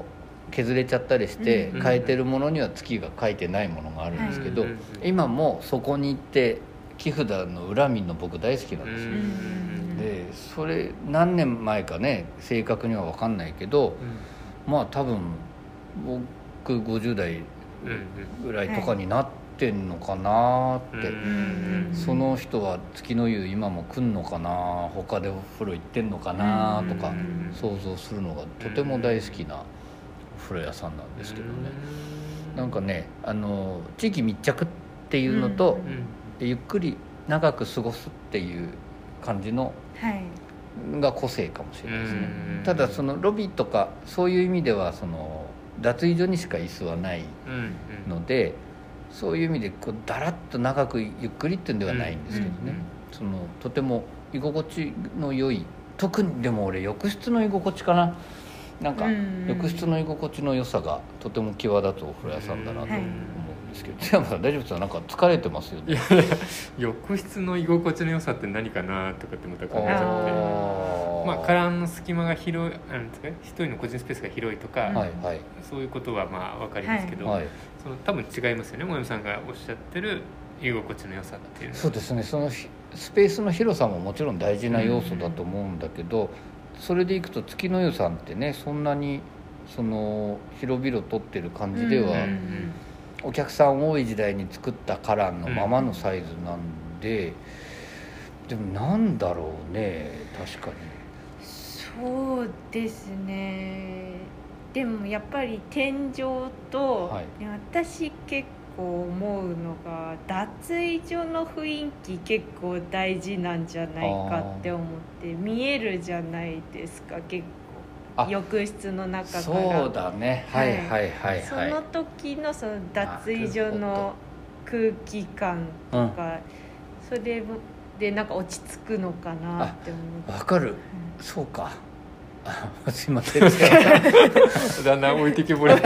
Speaker 2: 削れちゃったりして
Speaker 3: うん
Speaker 2: 変えてるものには月が書いてないものがあるんですけど、
Speaker 3: うん
Speaker 2: 今もそこに行って木札の裏見るの僕大好きなんですよ、でそれ何年前かね正確には分かんないけど、まあ多分僕50代ぐらいとかになってんのかなって、その人は月の湯今も来んのかな、他でお風呂行ってんのかなとか想像するのがとても大好きなお風呂屋さんなんですけどね、なんかね地域密着っていうのと、ゆっくり長く過ごすっていう感じのが個性かもしれないですね。ただそのロビーとかそういう意味ではその脱衣所にしか椅子はないので、そういう意味でこうだらっと長くゆっくりっていうんではないんですけどね、そのとても居心地の良い、特にでも俺浴室の居心地かな、なんか浴室の居心地の良さがとても際立つお風呂屋さんだなと思うんですけど、津山さん大丈夫ですか？なんか疲れてますよね。
Speaker 3: 浴室の居心地の良さって何かなとかってまた考えちゃって、まあカランの隙間が広い、一人の個人スペースが広いとか、そういうことはまあ分かりますけど、その多分違いますよね、もやみさんがおっしゃってる居心地の良さっていうのは。
Speaker 2: そうですね、そのスペースの広さももちろん大事な要素だと思うんだけど、それでいくと月の湯さんってねそんなにその広々とってる感じでは、お客さん多い時代に作ったカランのままのサイズなんで、でもなんだろうね、確かに
Speaker 4: そうですね。でもやっぱり天井と、私結構思うのが脱衣所の雰囲気結構大事なんじゃないかって思って、見えるじゃないですか、結構浴室の中から。
Speaker 2: そうだね、
Speaker 4: その時のその脱衣所の空気感とか、それでなんか落ち着くのかなって思って。
Speaker 2: わかる、そうか。すいません
Speaker 3: だんだん置いてけぼり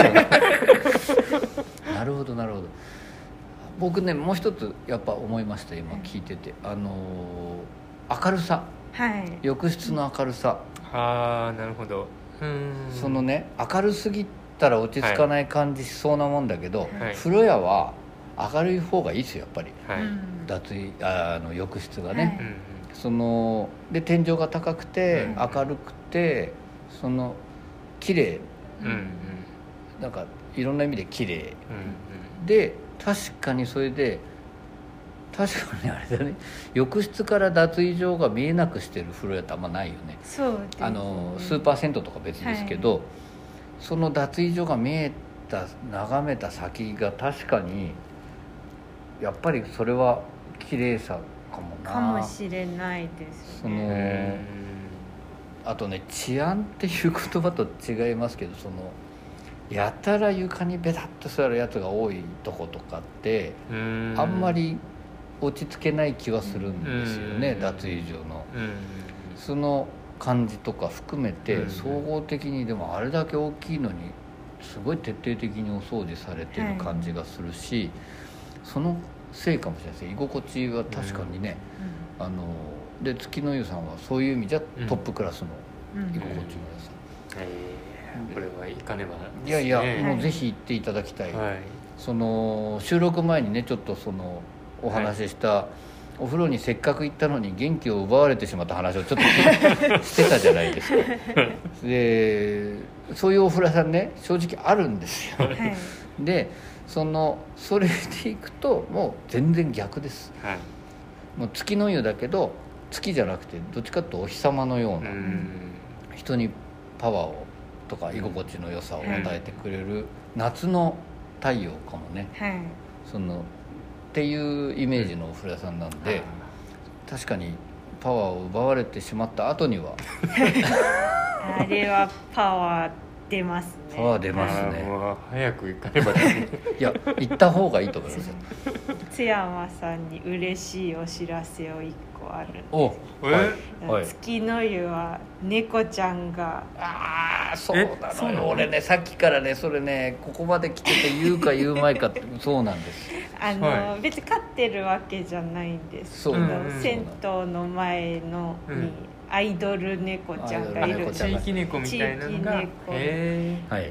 Speaker 2: なるほどなるほど。僕ねもう一つやっぱ思いました、今聞いてて、明るさ、浴室の明るさ。
Speaker 3: なるほど。
Speaker 2: そのね明るすぎたら落ち着かない感じしそうなもんだけど、風呂屋は明るい方がいいですよやっぱり、脱衣浴室がね、そので天井が高くて、明るくてその綺麗、なんかいろんな意味で綺麗、で確かにそれで確かにあれだね、浴室から脱衣所が見えなくしてる風呂屋ってあんまないよね。
Speaker 4: そうですね、
Speaker 2: スーパー銭湯とか別ですけど、その脱衣所が見えた眺めた先が確かにやっぱりそれは綺麗さ
Speaker 4: かもしれないです
Speaker 2: ね。あとね治安っていう言葉と違いますけど、そのやたら床にベタッと座るやつが多いとことかってあんまり落ち着けない気はするんですよね、脱衣所のその感じとか含めて総合的に。でもあれだけ大きいのにすごい徹底的にお掃除されてる感じがするし、そのせいかもしれないですね。居心地は確かにね、で月の湯さんはそういう意味じゃトップクラスの居心地の良さ、
Speaker 3: これは行かねば
Speaker 2: いやいや、もうぜひ行っていただきたい、その収録前にねちょっとそのお話しした、お風呂にせっかく行ったのに元気を奪われてしまった話をちょっとしてたじゃないですかでそういうお風呂屋さんね正直あるんですよ、でそれでいくともう全然逆です、もう月の湯だけど月じゃなくてどっちかというとお日様のような、人にパワーをとか居心地の良さを与えてくれる夏の太陽かもね、そのっていうイメージのお風呂屋さんなんで、確かにパワーを奪われてしまった後には
Speaker 4: あれはパワー出ますね。
Speaker 2: パワー出ますね。
Speaker 3: もう早く行かねばですね
Speaker 2: いや行った方がいいと思いますよ
Speaker 4: 津山さんに嬉しいお知らせを1個あるんです。月の湯は猫ちゃんが。
Speaker 2: そうなのよ。俺ねさっきからねそれねここまで来てて言うか言うまいかってそうなんです
Speaker 4: 別に飼ってるわけじゃないんですけど、銭湯の前のにアイドル猫ちゃんがいる、
Speaker 3: 地域猫みたいなのが、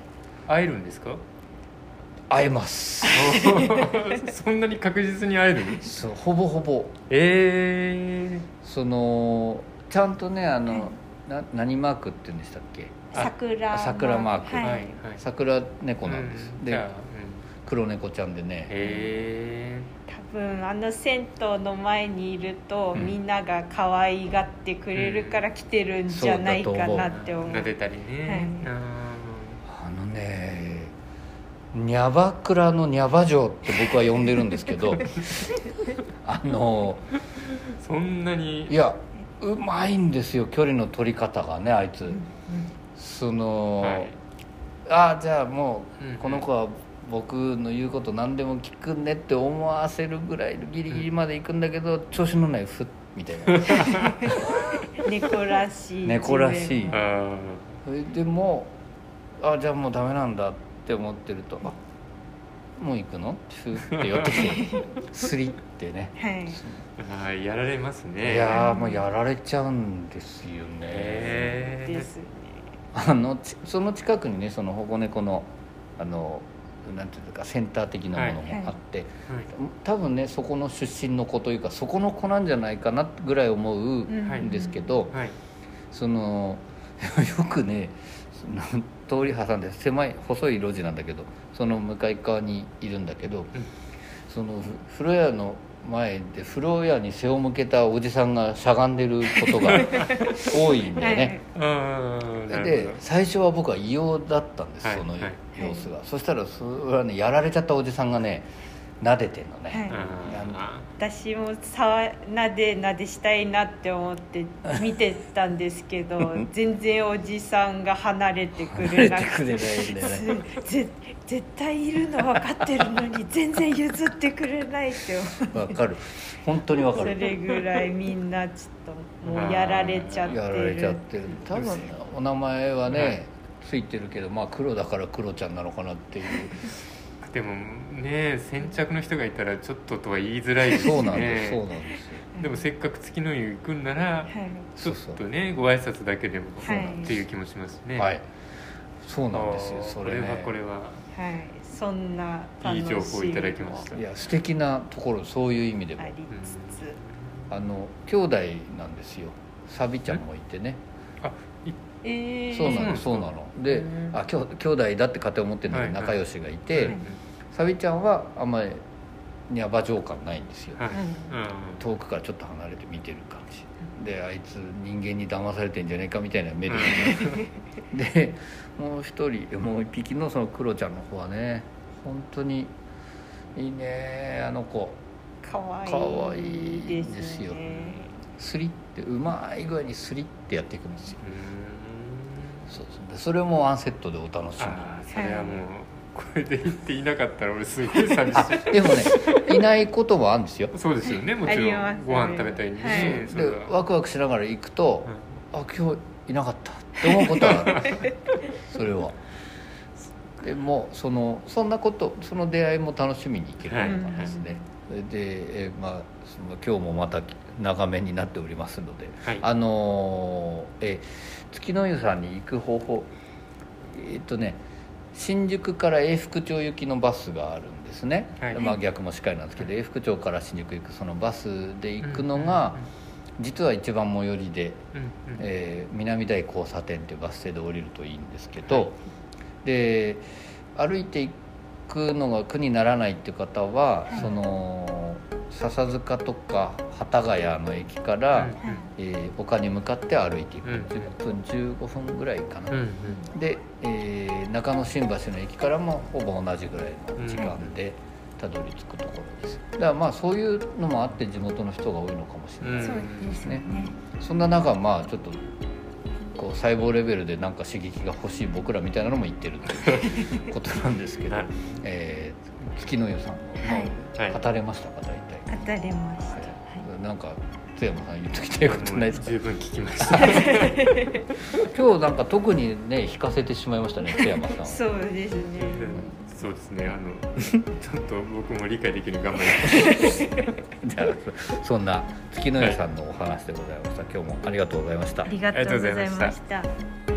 Speaker 3: 会えるんですか？
Speaker 2: 会えます
Speaker 3: そんなに確実に会える？
Speaker 2: そう、ほぼほぼそのちゃんとね何マークって言うんでしたっけ？桜マーク、
Speaker 4: はい、
Speaker 2: 桜猫なんです、で、黒猫ちゃんでね、
Speaker 4: 多分銭湯の前にいると、みんなが可愛がってくれるから来てるんじゃないかなって思う。
Speaker 3: 撫でたりね、
Speaker 2: ニャバクラのニャバ嬢って僕は呼んでるんですけど
Speaker 3: そんなに
Speaker 2: いやうまいんですよ、距離の取り方がね、あいつ、その、はい、じゃあもうこの子は僕の言うこと何でも聞くねって思わせるぐらいギリギリまで行くんだけど、調子のないふっみたいな
Speaker 4: 猫らしい
Speaker 2: 猫らしい。でもじゃあもうダメなんだって思ってると、もう行くのふって寄ってきてスリってね、
Speaker 3: はい、やられますね。
Speaker 2: いやもうやられちゃうんですよね。
Speaker 4: ですね。
Speaker 2: その近くにね、その保護猫のなんていうかセンター的なものもあって、多分ねそこの出身の子というかそこの子なんじゃないかなぐらい思うんですけど、そのよくね通り挟んで狭い細い路地なんだけど、その向かい側にいるんだけど、その風呂屋の前で風呂屋に背を向けたおじさんがしゃがんでることが多いんだよねで最初は僕は異様だったんです、その様子が、そしたらそれはね、やられちゃったおじさんがね撫でてんのね、
Speaker 4: 私も撫でしたいなって思って見てたんですけど全然おじさんが離れてくれなくて絶対いるの分かってるのに全然譲ってくれないって
Speaker 2: 分かる、本当に分かる。
Speaker 4: それぐらいみんなちょっともうやられちゃってる。
Speaker 2: 多分お名前はね、ついてるけど、黒だから黒ちゃんなのかなっていう
Speaker 3: でもね、先着の人がいたらちょっととは言いづらいですね。
Speaker 2: そうなんですよ。
Speaker 3: でもせっかく月の湯行くんなら、ちょっとねご挨拶だけでもっていう気もしますね。
Speaker 2: はい、そうなんですよ。それね、
Speaker 3: これは
Speaker 4: そんない
Speaker 3: い情報をいただきました。
Speaker 2: いや素敵なところ、そういう意味でも
Speaker 4: ありつつ、
Speaker 2: 兄弟なんですよ。サビちゃんもいてね。そうなので、兄弟だって勝手に思ってるんだけど、仲良しがいて、サビちゃんはあんまりニャバ情感ないんですよ、遠くからちょっと離れて見てる感じで、あいつ人間に騙されてんじゃねえかみたいな目ででもう一匹のそのクロちゃんの方はね、本当にいいね、あの子
Speaker 4: かわいいですよ。
Speaker 2: スリってうまい具合にスリってやっていくんですよ。それもワンセットでお楽しみ。
Speaker 3: それはもうこれで言っていなかったら俺すごい寂しい
Speaker 2: でもね、いないこともあるんですよ。
Speaker 3: そうですよね、もちろんご飯食べたいんで、
Speaker 2: でワクワクしながら行くと、今日いなかったって思うことはあるそれはでもその出会いも楽しみに行けるんですね。で、今日もまた長めになっておりますので、月の湯さんに行く方法、新宿から永福町行きのバスがあるんですね、逆もしかりなんですけど、永福町から新宿行くそのバスで行くのが、実は一番最寄りで、南台交差点っていうバス停で降りるといいんですけど、で歩いて行くのが苦にならないっていう方は、その笹塚とか幡ヶ谷の駅から、丘に向かって歩いていく、10分15分ぐらいかな、で、中野新橋の駅からもほぼ同じぐらいの時間でたどり着くところです。だからそういうのもあって地元の人が多いのかもしれないですね。そんな中、ちょっとこう細胞レベルでなんか刺激が欲しい僕らみたいなのも言ってるということなんですけど、月の湯さんの語れましたか？大体
Speaker 4: 語れました、
Speaker 2: なんか津山さん言っときたいことないですか？
Speaker 3: 十分聞きました
Speaker 2: 今日なんか特にね引かせてしまいましたね、津山さん。
Speaker 4: そうですね、
Speaker 3: そうですね、ちょっと僕も理解できるように頑張ります
Speaker 2: じゃあそんな月の湯さんのお話でございました。今日もありがとうございました。
Speaker 4: ありがとうございました。